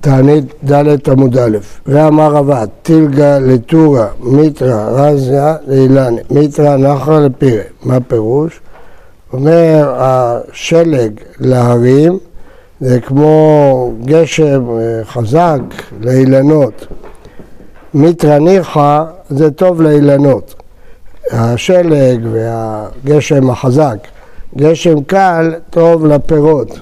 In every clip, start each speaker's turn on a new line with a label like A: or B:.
A: תענית ד' עמוד א', ואמר רבא, תילגה לטורה, מיטרה, רזיה לאילנה, מיטרה נחר לפירה. מה פירוש? אומר השלג להרים זה כמו גשם חזק לאילנות. מיטרה ניחא זה טוב לאילנות. השלג והגשם החזק. גשם קל טוב לפירות.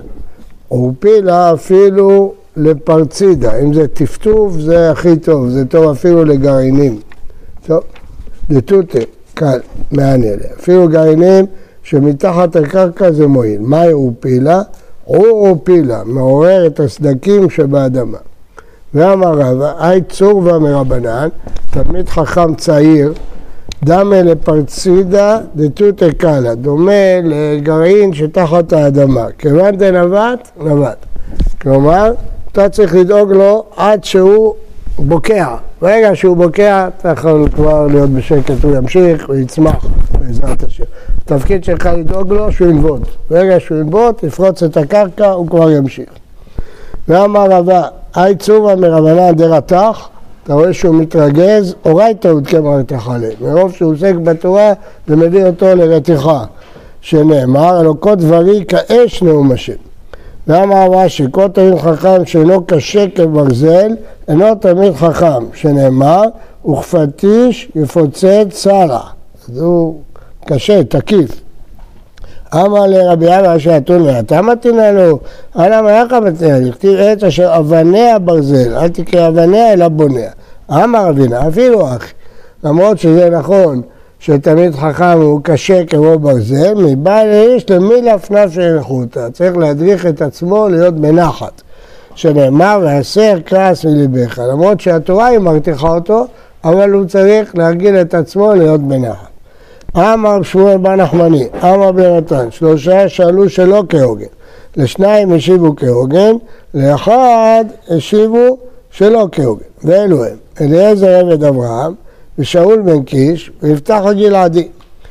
A: אורפילה אפילו לפרצידה. אם זה טפטוף זה הכי טוב. זה טוב אפילו לגרעינים. טוב, דתותה קל, מעניין. אפילו גרעינים שמתחת הקרקע זה מועיל. מהי אורפילה? אורפילה, מעורר את הסדקים שבאדמה. ואמר רבא, אי צורבה מרבנן, תלמיד חכם צעיר, דמה לפרצידה דתותה קלה, דומה לגרעין שתחת האדמה. כיוון דנבט, נבט. כלומר, אתה צריך לדאוג לו עד שהוא בוקע. ברגע שהוא בוקע, אתה יכול כבר להיות בשקט, הוא ימשיך, הוא יצמח בעזרת השם. התפקיד שלך לדאוג לו שהוא ינבוט. ברגע שהוא ינבוט, יפרוץ את הקרקע, הוא כבר ימשיך. ואמר רבא, אי צורבה מרבנן דרתח, אתה רואה שהוא מתרגז, אורייתא הודקה רתיחה ליה. מרוב שהוא עוסק בתורה, זה מביא אותו לרתיחה. שנאמר, אלוקות דברי כאש נאום השם. ואמר רש"י, כל תלמיד חכם שאינו קשה כברזל, אינו תלמיד חכם, שנאמר, וכפטיש יפוצץ סלע. הוא קשה, תקיף. אמר לרבי ינא שאתון ואתה מתינה לו, אנא מלאכה מתינה, לכתיב עץ אשר אבניה ברזל, אל תקרא אבניה אלא בוניה. אמר רבי ינא, אפילו אחי, למרות שזה נכון שתלמיד חכם הוא קשה כמו ברזל, מבעל האיש למי להפנף של נחותה, צריך להדריך את עצמו להיות בנחת, שנאמר והסר כעס מליבך, למרות שהתורה היא מרתיחה אותו, אבל הוא צריך להרגיל את עצמו להיות בנחת. אמר שמואל בן נחמני, אמר בן נתן, שלושה שאלו שלא כהוגן, לשניים השיבו כהוגן, לאחד השיבו שלא כהוגן, ואלו הם, אליעזר עבד אברהם, ושאול בן קיש, ויפתח הגלעדי.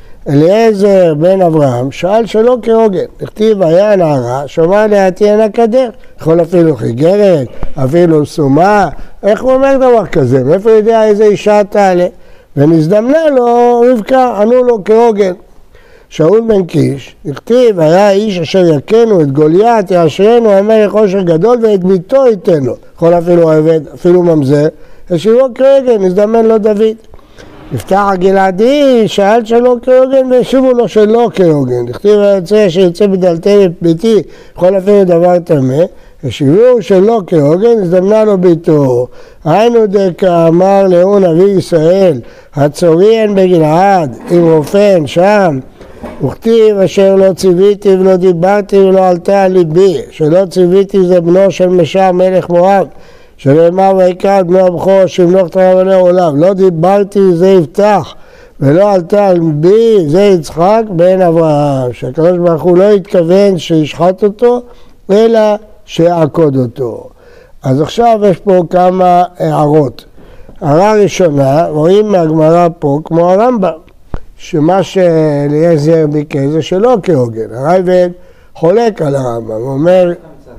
A: אליעזר בן אברהם שאל שלא כהוגן, הכתיב היה נערה, שומע להתי אין הקדר, יכול אפילו חיגרת, אפילו סומה, איך הוא אומר דבר כזה? מאיפה יודע איזה אישה תעלה? ונזדמנה לו רבקה, ענו לו כהוגן. שאול בן קיש, הכתיב, היה איש אשר יכנו את גוליית, יאשרנו המלך עושר גדול ואת ביתו ייתן לו. יכול אפילו עבד, אפילו ממזר, השיבו כהוגן, נזדמן לו דוד. יפתח הגלעדי, שאל שלא כהוגן והשיבו לו שלא כהוגן. הכתיב היוצא שיצא בדלתי ביתי, יכול אפילו דבר טמא, השיבו שלא כהוגן, נזדמנה לו ביתו. היינו דקה אמר לאון אבי ישראל, הצוריין בגלעד, עם רופן שם, וכתיב אשר לא ציוויתי ולא דיברתי ולא עלתה על ליבי, שלא ציוויתי זה בנו של משע מלך מואב, שנאמר ויקרא את בנו הבכור שימלוך את רבני עולם, לא דיברתי זה יפתח ולא עלתה על ליבי זה יצחק בן אברהם, שהקדוש ברוך הוא לא התכוון שישחט אותו אלא שיעקוד אותו. אז עכשיו יש פה כמה הערות. הערה ראשונה, רואים מהגמרא פה כמו הרמב"ם, שמה שאליעזר ביקש זה שלא כהוגן. הרייבד חולק על הרמב"ם, הוא אומר...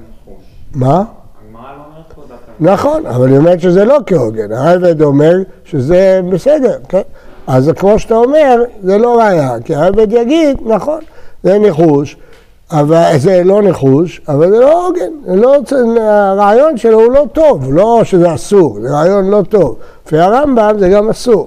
A: מה? נכון, אבל היא אומרת שזה לא כהוגן. הרייבד אומר שזה בסדר, כן? אז כמו שאתה אומר, זה לא ראיה, כי הרייבד יגיד, נכון, זה ניחוש, אבל זה לא ניחוש, אבל זה לא הוגן. הרעיון שלו הוא לא טוב, לא שזה אסור, זה רעיון לא טוב. לפי הרמב"ם זה גם אסור.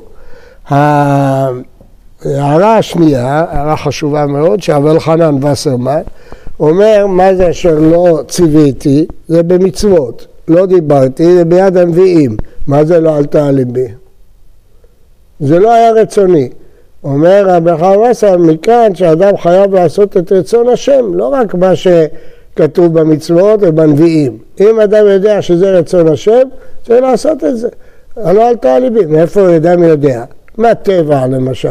A: הערה השנייה, הערה חשובה מאוד, שאבל חנן וסרמן, אומר מה זה אשר לא ציוויתי, זה במצוות, לא דיברתי, זה ביד הנביאים, מה זה לא עלתה על ליבי? זה לא היה רצוני. אומר רבי חנן וסרמן מכאן שאדם חייב לעשות את רצון השם, לא רק מה שכתוב במצוות ובנביאים. אם אדם יודע שזה רצון השם, צריך לעשות את זה. לא עלתה על ליבי, מאיפה אדם יודע? מהטבע למשל.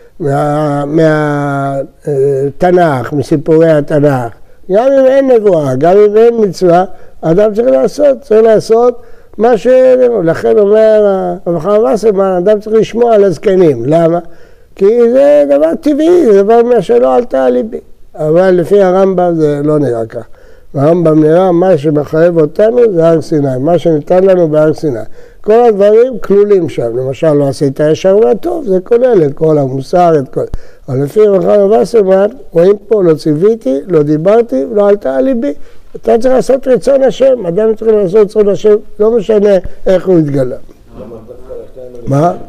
A: מהתנ"ך, מסיפורי התנ"ך, גם אם אין נבואה, גם אם אין מצווה, אדם צריך לעשות מה לכן אומר רבי חנן וסרמן, אדם צריך לשמוע על הזקנים. למה? כי זה דבר טבעי, זה דבר שלא עלתה על ליבי. אבל לפי הרמב"ם זה לא נראה כך. והרמב"ם נראה מה שמחייב אותנו זה הר סיני, מה שניתן לנו בהר סיני. כל הדברים כלולים שם, למשל לא עשית ישר והטוב, זה כולל את כל המוסר, את כל... אבל לפי רחל וסרמן, רואים פה, לא ציוויתי, לא דיברתי, לא עלתה על ליבי. אתה צריך לעשות רצון השם, אדם צריך לעשות רצון השם, לא משנה איך הוא יתגלה. מה?
B: מה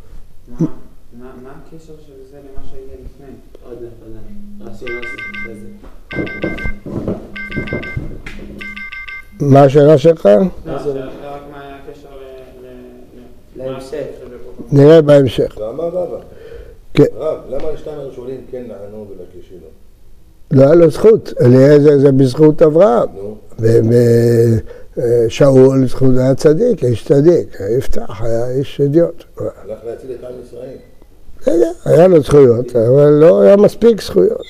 B: הקשר של זה למה שהגיע לפני?
A: מה השאלה שלך?
B: רק מה היה הקשר להמשך?
A: נראה בהמשך.
C: ואמר רבא,
A: כן.
C: רב, למה לשתיים הראשונים כן נענו ולשלישי לא?
A: לא היה לו זכות, אליעזר זה בזכות אברהם. ושאול זכות היה צדיק, איש צדיק, יפתח היה איש אדיוט.
C: הלך להציל את עם ישראל.
A: היה לו זכויות, אבל לא היה מספיק זכויות.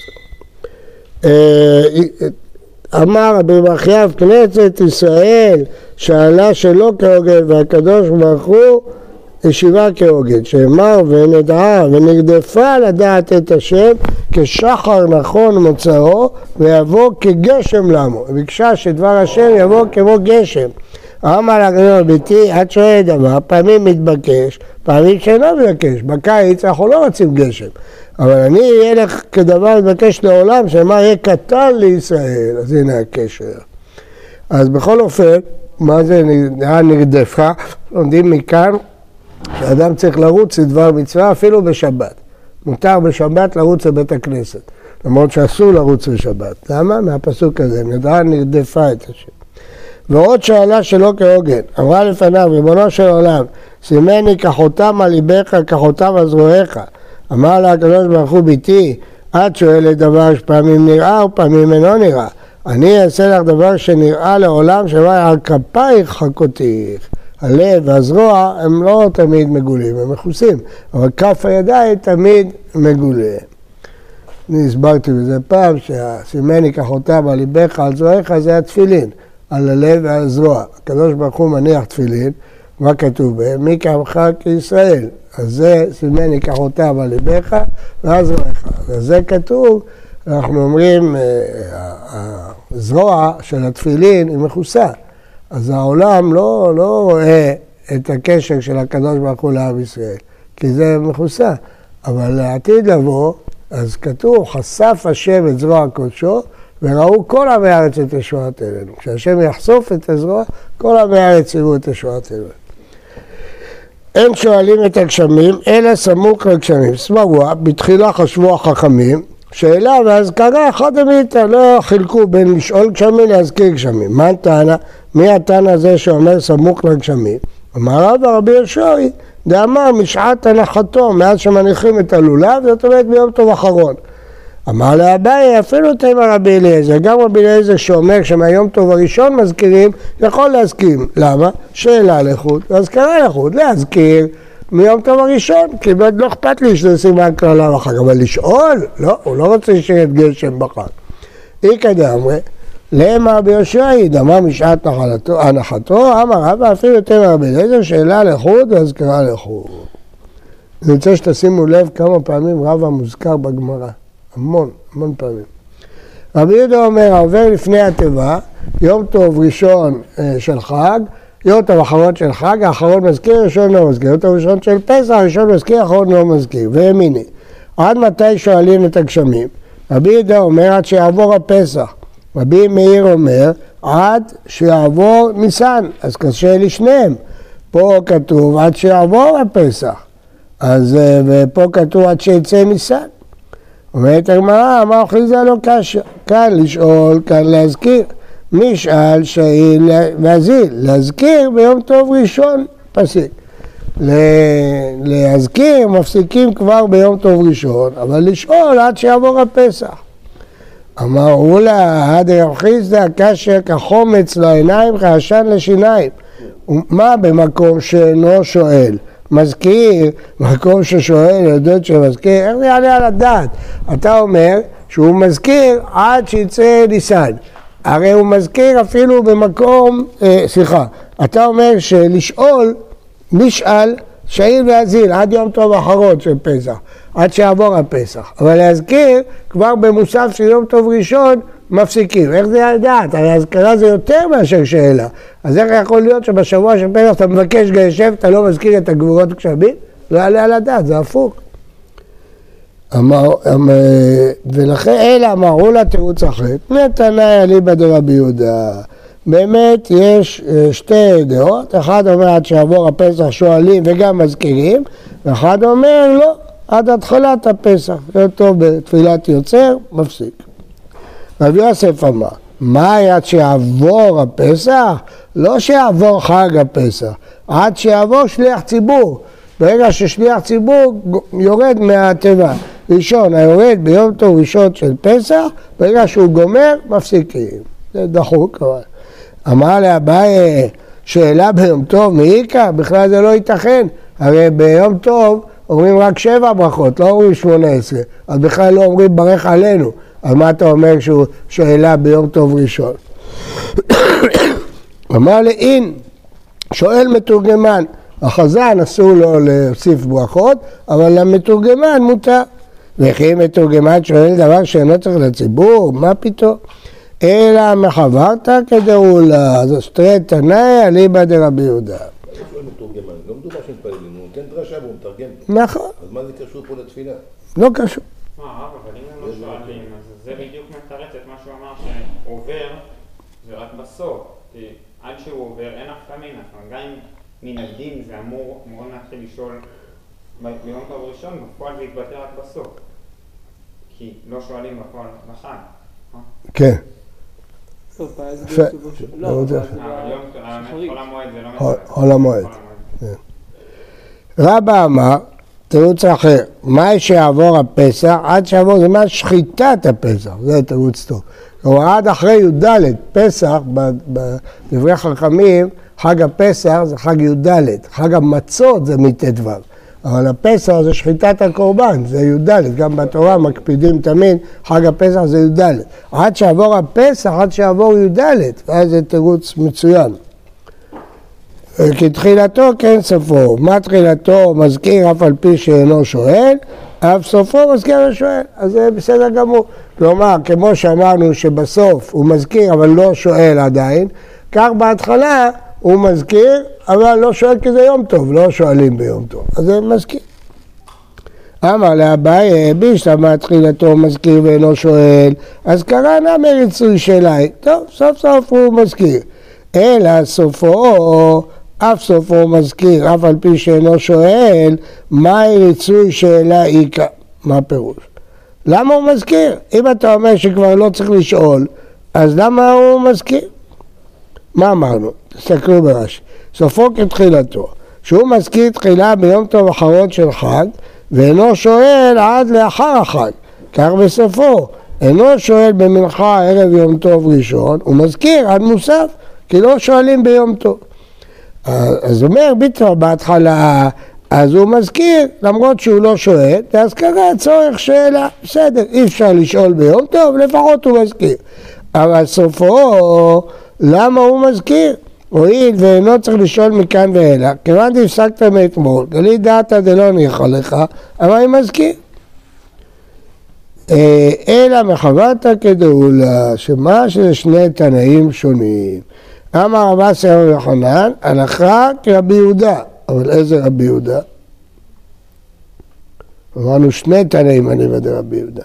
A: אמר רבי מחייא כנסת ישראל שאלה שלא כהוגן והקדוש ברוך הוא ישיבה כהוגן, שאמר ונדעה ונגדפה לדעת את השם כשחר נכון מוצאו ויבוא כגשם למו. ביקשה שדבר השם יבוא כמו גשם. אמר לקדוש ביתי את שואלת דבר, פעמים מתבקש, פעמים שאינו מבקש. בקיץ אנחנו לא רוצים גשם, אבל אני אהיה לך כדבר מתבקש לעולם, שמה יהיה קטן לישראל, אז הנה הקשר. אז בכל אופן, מה זה נרדפה? לומדים מכאן שאדם צריך לרוץ לדבר מצווה אפילו בשבת. מותר בשבת לרוץ לבית הכנסת, למרות שאסור לרוץ בשבת. למה? מהפסוק הזה, נרדפה את השם. ועוד שאלה שלא כהוגן, אמרה לפניו, ריבונו של עולם, שימני כחותם על ליבך, כחותם על זרועיך. אמר לה הקדוש ברוך הוא ביתי, את שואלת דבר שפעמים נראה ופעמים אינו נראה. אני אעשה לך דבר שנראה לעולם, שמה על כפייך חכותיך. הלב והזרוע הם לא תמיד מגולים, הם מכוסים, אבל כף הידיים תמיד מגולה. אני הסברתי בזה פעם, שהשימני כחותם על ליבך, על זרועיך, זה התפילין. על הלב ועל הזרוע. הקדוש ברוך הוא מניח תפילין, מה כתוב בהם? מי כעמך כישראל. אז זה סימני כחותם על ליבך ועל זרועיך. אז זה כתוב, אנחנו אומרים, הזרוע של התפילין היא מכוסה. אז העולם לא רואה את הקשר של הקדוש ברוך הוא לעם ישראל, כי זה מכוסה. אבל לעתיד לבוא, אז כתוב, חשף השם את זרוע קודשו, וראו כל עמי הארץ את ישועת אלינו. כשהשם יחשוף את הזרוע, כל עמי הארץ יראו את ישועת אלינו. אין שואלים את הגשמים, אלא סמוך לגשמים. סברוה, בתחילה חשבו החכמים, שאלה והזכרה אחד המיתה, לא חילקו בין לשאול גשמים להזכיר גשמים. מה הטענה? מי הטענה הזה שאומר סמוך לגשמים? אמר רבי יהושע, דאמר משעת הנחתו, מאז שמניחים את הלולב, זאת אומרת ביום טוב אחרון. אמר לאביי, אפילו תאמר רבי אליעזר, גם רבי אליעזר שאומר שמהיום טוב הראשון מזכירים, יכול להזכיר. למה? שאלה לחוד, והזכרה לחוד, להזכיר מיום טוב הראשון, כי לא אכפת לי שזה סימן כללה בחג, אבל לשאול, לא, הוא לא רוצה שיהיה גשם בחג. אי כדאמרי, לאמר רבי יהושע, דאמר משעת הנחתו, אמר רבא, אפילו תאמר רבי אליעזר, שאלה לחוד והזכרה לחוד. אני רוצה שתשימו לב כמה פעמים רבא מוזכר בגמרא. המון פעמים. רבי יהודה אומר, העובר לפני התיבה, יום טוב ראשון של חג, יום טוב אחרון של חג, האחרון מזכיר, ראשון לא מזכיר, יום טוב ראשון של פסח, ראשון מזכיר, האחרון לא מזכיר, וימיני. עד מתי שואלים את הגשמים? רבי יהודה אומר, עד שיעבור הפסח. רבי מאיר אומר, עד שיעבור ניסן, אז קשה לשניהם. פה כתוב, עד שיעבור הפסח. אז ופה כתוב, עד שיצא ניסן. אומרת הגמרא, מה אוכלי זה לא קשה? כאן לשאול, כאן להזכיר. משאל, שאיל והזיל. להזכיר ביום טוב ראשון, פסיק. להזכיר מפסיקים כבר ביום טוב ראשון, אבל לשאול עד שיעבור הפסח. אמרו לה, עד יחיסדה קשה כחומץ לעיניים, כעשן לשיניים. מה במקום שאינו שואל? מזכיר, מקום ששואל, יודעת שמזכיר, איך זה יעלה על הדעת? אתה אומר שהוא מזכיר עד שיצא ניסן. הרי הוא מזכיר אפילו במקום, אתה אומר שלשאול, משאל, שאיל והזיל, עד יום טוב אחרון של פסח, עד שיעבור הפסח. אבל להזכיר, כבר במוסף של יום טוב ראשון, מפסיקים. איך זה לדעת? הרי הזכרה זה יותר מאשר שאלה. אז איך יכול להיות שבשבוע של פסח אתה מבקש גשם, אתה לא מזכיר את הגבורות גשמים? לא יעלה על הדעת, זה הפוך. ולכן אלה אמרו לה תירוץ אחר. נתנאי אליבא דרבי יהודה. באמת יש שתי דעות, אחד אומר עד שיעבור הפסח שואלים וגם מזכירים, ואחד אומר לא, עד התחלת הפסח, זה טוב בתפילת יוצר, מפסיק. רבי יוסף אמר, מה עד שיעבור הפסח? לא שיעבור חג הפסח, עד שיעבור שליח ציבור. ברגע ששליח ציבור יורד מהטבע, ראשון היורד ביום טוב ראשון של פסח, ברגע שהוא גומר מפסיקים, זה דחוק. אמר לאביי, שאלה ביום טוב מעיקה, בכלל זה לא ייתכן, הרי ביום טוב אומרים רק 7 ברכות, לא אומרים 18, אז בכלל לא אומרים ברך עלינו, אז מה אתה אומר שהוא שאלה ביום טוב ראשון? אמר לאין, שואל מתורגמן, החזן אסור לו להוסיף ברכות, אבל למתורגמן מותר. וכי מתורגמן שואל דבר שאינו צריך לציבור, מה פתאום? אלא מחברת כדאולה, אז אסתרי תנאי אליבא דרבי יהודה.
C: שואל מתורגמן, לא מדובר שמתפללים, הוא נותן דרשה והוא מתרגם.
A: נכון.
C: אז מה זה קשור פה לתפילה?
A: לא קשור.
B: אבל אם הם לא שואלים, אז זה בדיוק מתרץ את מה שהוא אמר שעובר זה רק בסוף. כי עד שהוא עובר אין אף תמין, גם אם מנגדים זה אמור להתחיל לשאול ביום טוב ראשון, בפועל זה יתבטא רק בסוף. כי לא שואלים בפועל בחג.
A: כן. חול המועד. רבא אמר, תירוץ אחר, מה שיעבור הפסח, עד שיעבור זה מה שחיטת הפסח, זה תירוץ טוב. כלומר עד אחרי י"ד, פסח, בדברי חכמים, חג הפסח זה חג י"ד, חג המצות זה מט"ו. אבל הפסח זה שחיטת הקורבן, זה י"ד, גם בתורה מקפידים תמיד, חג הפסח זה י"ד. עד שעבור הפסח, עד שעבור י"ד, אז זה תירוץ מצוין. כי תחילתו כן סופו, מה תחילתו מזכיר אף על פי שאינו שואל, אף סופו מזכיר ושואל, אז זה בסדר גמור. כלומר, כמו שאמרנו שבסוף הוא מזכיר אבל לא שואל עדיין, כך בהתחלה הוא מזכיר, אבל לא שואל כי זה יום טוב, לא שואלים ביום טוב, אז זה מזכיר. אמר לאביי, בישלמה תחילתו מזכיר ואינו שואל, אז קרא נמי ריצוי שאלי, טוב, סוף סוף הוא מזכיר. אלא סופו, אף סופו מזכיר, אף על פי שאינו שואל, מהי ריצוי שאלה איקה? מה הפירוש? למה הוא מזכיר? אם אתה אומר שכבר לא צריך לשאול, אז למה הוא מזכיר? מה אמרנו? תסתכלו ברש"י. סופו כתחילתו, שהוא מזכיר תחילה ביום טוב אחרון של חג, ואינו שואל עד לאחר החג, כך בסופו. אינו שואל במנחה ערב יום טוב ראשון, הוא מזכיר עד מוסף, כי לא שואלים ביום טוב. אז אומר ביטר בהתחלה, אז הוא מזכיר, למרות שהוא לא שואל, אז קרה צורך שאלה, בסדר, אי אפשר לשאול ביום טוב, לפחות הוא מזכיר. אבל סופו, למה הוא מזכיר? הואיל ואינו צריך לשאול מכאן ואלה, כיוון דפסקת מאתמול, גלי דעתא דלא ניחא לך, אבל אני מזכיר. אלא מחברת כדאולה, שמה שזה שני תנאים שונים. אמר רב אסי רבי יוחנן, הלכה כרבי יהודה, אבל איזה רבי יהודה? אמרנו שני תנאים אליבא דרבי יהודה.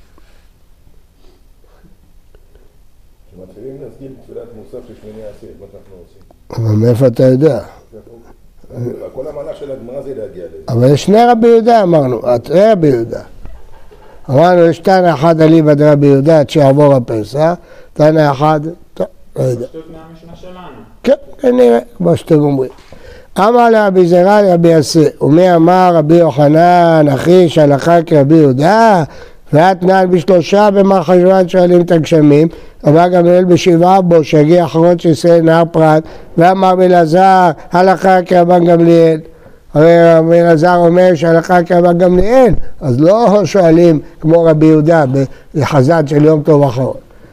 C: שמתחילים להסכים תפילת מוסף של שמיני עשיר, מה אנחנו עושים?
A: אבל מאיפה אתה יודע?
C: כל המהלך של הגמרא זה להגיע לזה.
A: אבל יש שני רבי יהודה אמרנו, תראה רבי יהודה. אמרנו יש תנא אחד אליבא דרבי יהודה עד שיעבור הפסח, תנא אחד, טוב, לא יודע.
B: שטות מהמשנה שלנו.
A: כן, כנראה, כמו שאתם אומרים. אמר לרבי זרע לרבי יסי, ומי אמר רבי יוחנן, אחי שהלכה כרבי יהודה, ואת נעל בשלושה במר חשוון שואלים את הגשמים, אמר גמליאל בשבעה בו, שהגיע אחרון שישראל נהר פרת, ואמר אלעזר, הלכה כרבן גמליאל. הרי רבי אלעזר אומר שהלכה כרבן גמליאל, אז לא שואלים כמו רבי יהודה בחז"ל של יום טוב אחרון.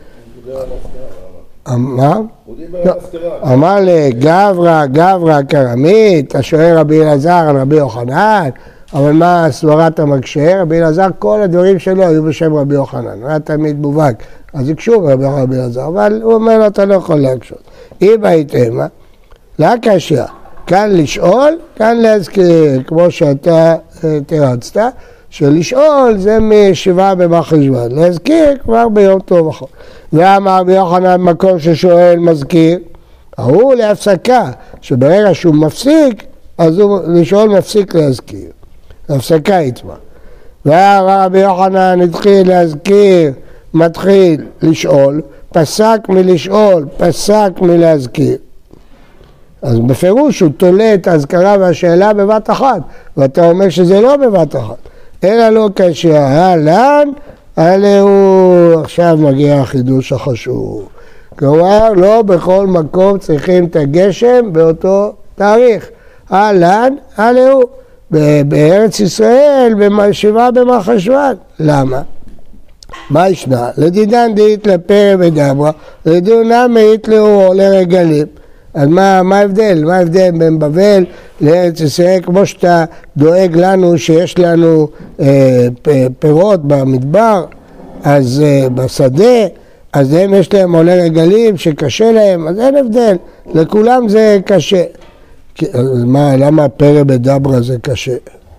A: מה? אמר לגברא, גברא קרמית, אתה שואל רבי אלעזר על רבי יוחנן, אבל מה סברת המקשה? רבי אלעזר, כל הדברים שלו היו בשם רבי יוחנן, הוא היה תמיד מובהק, אז הקשו רבי אלעזר, אבל הוא אומר לו, אתה לא יכול להקשות. אם הייתם, לא קשה, כאן לשאול, כאן להזכיר, כמו שאתה תרצת, שלשאול זה משבעה במחשבת, להזכיר כבר ביום טוב אחר. ואמר רבי יוחנן מקום ששואל מזכיר, הוא להפסקה, שברגע שהוא מפסיק, אז הוא לשאול מפסיק להזכיר. הפסקה יתמה. ואמר רבי יוחנן התחיל להזכיר, מתחיל לשאול, פסק מלשאול, פסק מלהזכיר. אז בפירוש הוא תולה את ההזכרה והשאלה בבת אחת, ואתה אומר שזה לא בבת אחת. אלא לא כשהלן, אלא הוא עכשיו מגיע החידוש החשוב. כלומר, לא בכל מקום צריכים את הגשם באותו תאריך. הלן, אלא הוא. בארץ ישראל, בשבעה במחשבת. למה? מה ישנה? לדידן דאית לפרא ודברא, לדונם מאית לאורו לרגלים. אז מה ההבדל? מה ההבדל בין בבל לארץ ישראל? כמו שאתה דואג לנו שיש לנו פירות במדבר, אז בשדה, אז הם יש להם עולי רגלים שקשה להם, אז אין הבדל, לכולם זה קשה. למה פרא בדברא זה קשה?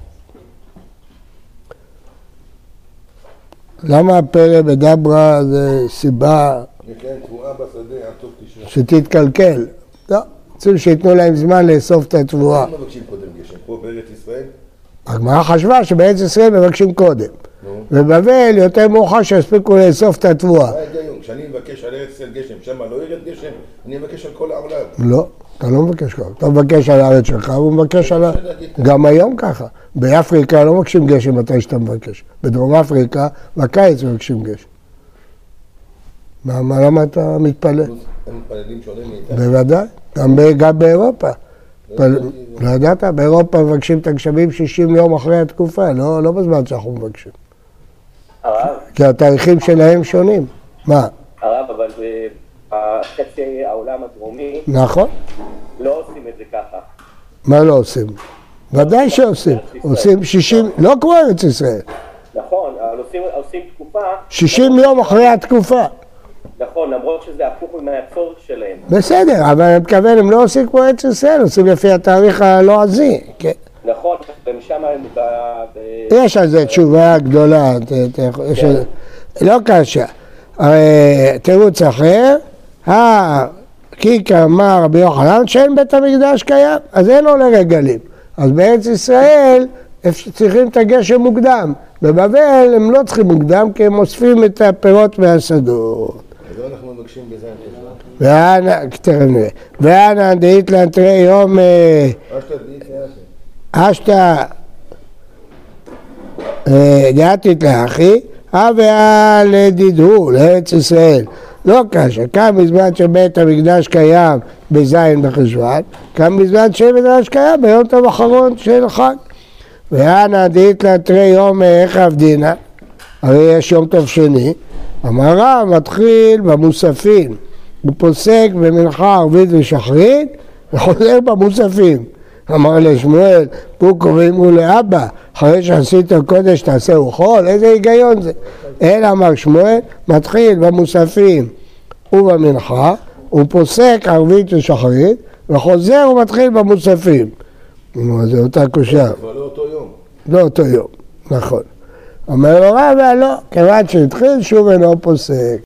A: למה פרא בדברא זה סיבה שתתקלקל? לא, רוצים שיתנו להם זמן לאסוף את התבואה.
C: לא מבקשים קודם גשם, פה בארץ ישראל?
A: הגמרא חשבה שבארץ ישראל מבקשים קודם. ובבל יותר מאוחר שהספיקו לאסוף את התבואה.
C: מה ההיגיון? כשאני מבקש על ארץ ישראל גשם, שם לא ירד גשם, אני מבקש על כל העולם.
A: לא, אתה לא מבקש ככה. אתה מבקש על הארץ שלך, הוא מבקש על... גם היום ככה. באפריקה לא מבקשים גשם מתי שאתה מבקש. בדרום אפריקה, בקיץ מבקשים גשם. למה אתה מתפלל?
C: הם מתפללים שונה מאיתנו.
A: בוודאי, גם באירופה. לא ידעת? באירופה מבקשים את הגשמים 60 יום אחרי התקופה, לא בזמן שאנחנו מבקשים.
D: הרב?
A: כי התאריכים שלהם שונים. מה?
D: הרב, אבל בחצי העולם הדרומי
A: נכון.
D: לא עושים את זה ככה.
A: מה לא עושים? ודאי שעושים. עושים 60, לא כמו ארץ ישראל.
D: נכון, אבל עושים תקופה...
A: 60 יום אחרי התקופה.
D: נכון, למרות שזה הפוך מהצורך שלהם.
A: בסדר, אבל אני מתכוון, הם לא עושים כמו ארץ ישראל, עושים לפי התאריך הלועזי.
D: נכון, ומשם הם...
A: יש על זה תשובה גדולה, לא קשה. תירוץ אחר, כי כאמר רבי יוחנן שאין בית המקדש קיים, אז אין עולי רגלים. אז בארץ ישראל צריכים את הגשם מוקדם. בבבל הם לא צריכים מוקדם כי הם אוספים את הפירות מהשדות.
C: אז לא אנחנו מבקשים בזה.
A: ואנא דאית לנטרי יום אשתא דעתית לאחי, הווה לדידהו לארץ ישראל. לא קשה, כאן בזמן שבית המקדש קיים בזין בחשוון, כאן בזמן שבית המקדש קיים ביום טוב אחרון של חג. ואנא דאית לנטרי יום איך עבדינה, הרי יש יום טוב שני, אמר רב מתחיל במוספים, הוא פוסק במנחה ערבית ושחרית וחוזר במוספים. אמר לשמואל, פה קוראים הוא לאבא, אחרי שעשית קודש תעשה אוכל, איזה היגיון זה? אלא אמר שמואל, מתחיל במוספים ובמנחה, הוא פוסק ערבית ושחרית וחוזר ומתחיל במוספים. זה אותה קושה.
C: אבל לא אותו יום.
A: לא אותו יום, נכון. אומר לו רבא, לא, כיוון שהתחיל שוב אינו פוסק.